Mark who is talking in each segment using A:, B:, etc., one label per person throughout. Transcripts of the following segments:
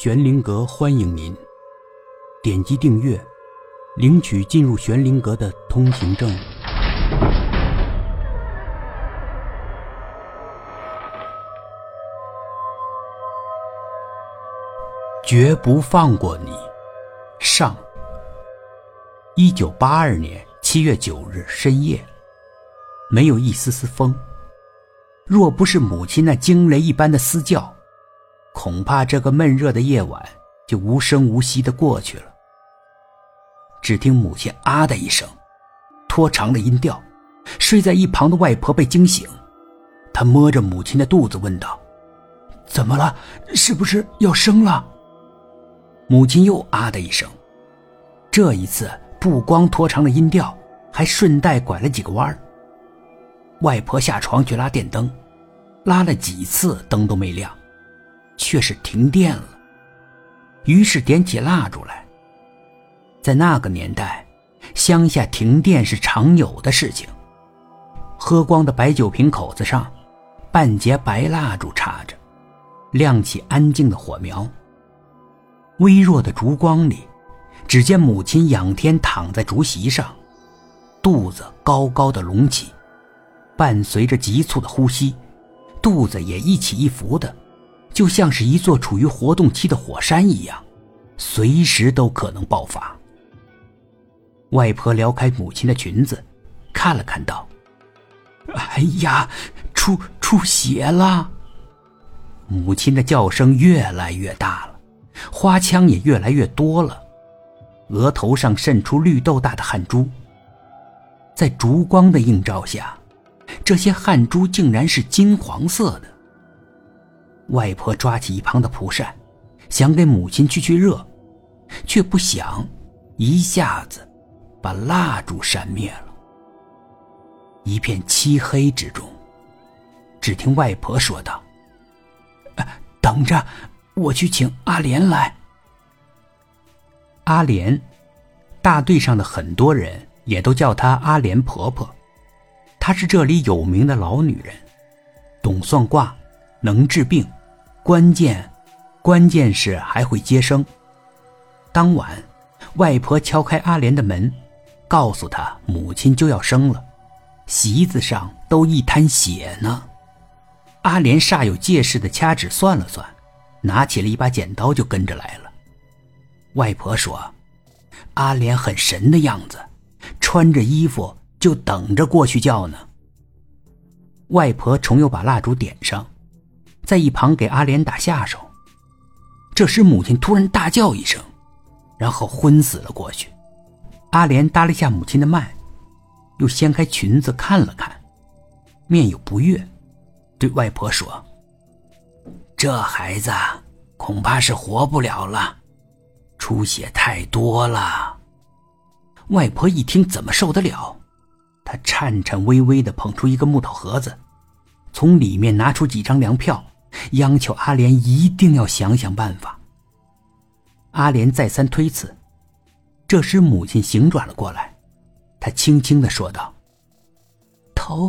A: 玄灵阁欢迎您，点击订阅，领取进入玄灵阁的通行证。绝不放过你。上。1982年7月9日深夜，没有一丝丝风。若不是母亲那惊雷一般的嘶叫，恐怕这个闷热的夜晚就无声无息地过去了。只听母亲啊的一声，拖长了音调，睡在一旁的外婆被惊醒。她摸着母亲的肚子问道：怎么了？是不是要生了？母亲又啊的一声，这一次不光拖长了音调，还顺带拐了几个弯儿。外婆下床去拉电灯，拉了几次灯都没亮，却是停电了。于是点起蜡烛来。在那个年代，乡下停电是常有的事情。喝光的白酒瓶口子上，半截白蜡烛插着，亮起安静的火苗。微弱的烛光里，只见母亲仰天躺在竹席上，肚子高高的隆起，伴随着急促的呼吸，肚子也一起一伏的，就像是一座处于活动期的火山一样，随时都可能爆发。外婆撩开母亲的裙子，看了看道：哎呀，出血了。母亲的叫声越来越大了，花腔也越来越多了，额头上渗出绿豆大的汗珠。在烛光的映照下，这些汗珠竟然是金黄色的。外婆抓起一旁的蒲扇，想给母亲去热，却不想一下子把蜡烛扇灭了。一片漆黑之中，只听外婆说道：等着，我去请阿莲来。阿莲，大队上的很多人也都叫她阿莲婆婆。她是这里有名的老女人，懂算卦，能治病，关键是还会接生。当晚，外婆敲开阿莲的门，告诉她母亲就要生了，席子上都一滩血呢。阿莲煞有介事地掐指算了算，拿起了一把剪刀就跟着来了。外婆说，阿莲很神的样子，穿着衣服就等着过去叫呢。外婆重又把蜡烛点上，在一旁给阿莲打下手。这时母亲突然大叫一声，然后昏死了过去。阿莲搭了一下母亲的脉，又掀开裙子看了看，面有不悦，对外婆说：这孩子恐怕是活不了了，出血太多了。外婆一听怎么受得了，她颤颤巍巍地捧出一个木头盒子，从里面拿出几张粮票，央求阿莲一定要想想办法。阿莲再三推辞。这时母亲醒转了过来，她轻轻地说道：头，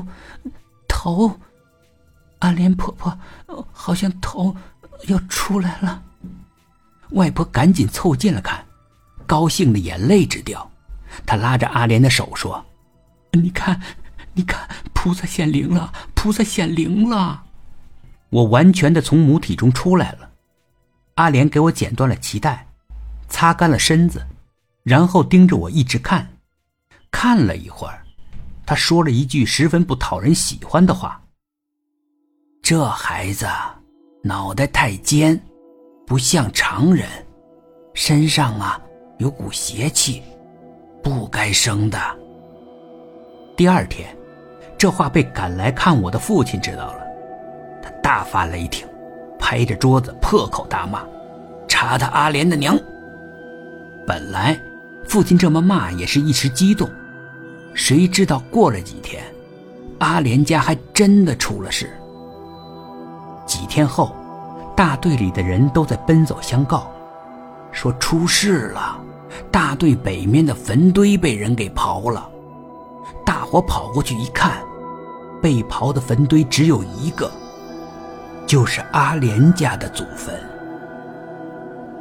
A: 阿莲婆婆好像头要出来了。外婆赶紧凑近了看，高兴的眼泪直掉。她拉着阿莲的手说：你看，菩萨显灵了，菩萨显灵了。我完全的从母体中出来了。阿莲给我剪断了脐带，擦干了身子，然后盯着我一直看。看了一会儿，她说了一句十分不讨人喜欢的话：这孩子脑袋太尖，不像常人，身上有股邪气，不该生的。第二天，这话被赶来看我的父亲知道了，他大发雷霆，拍着桌子破口大骂：查他阿莲的娘！本来父亲这么骂也是一时激动，谁知道过了几天，阿莲家还真的出了事。几天后，大队里的人都在奔走相告，说出事了，大队北面的坟堆被人给刨了。大伙跑过去一看，被刨的坟堆只有一个，就是阿莲家的祖坟。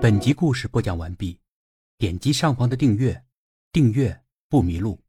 A: 本集故事播讲完毕，点击上方的订阅，订阅不迷路。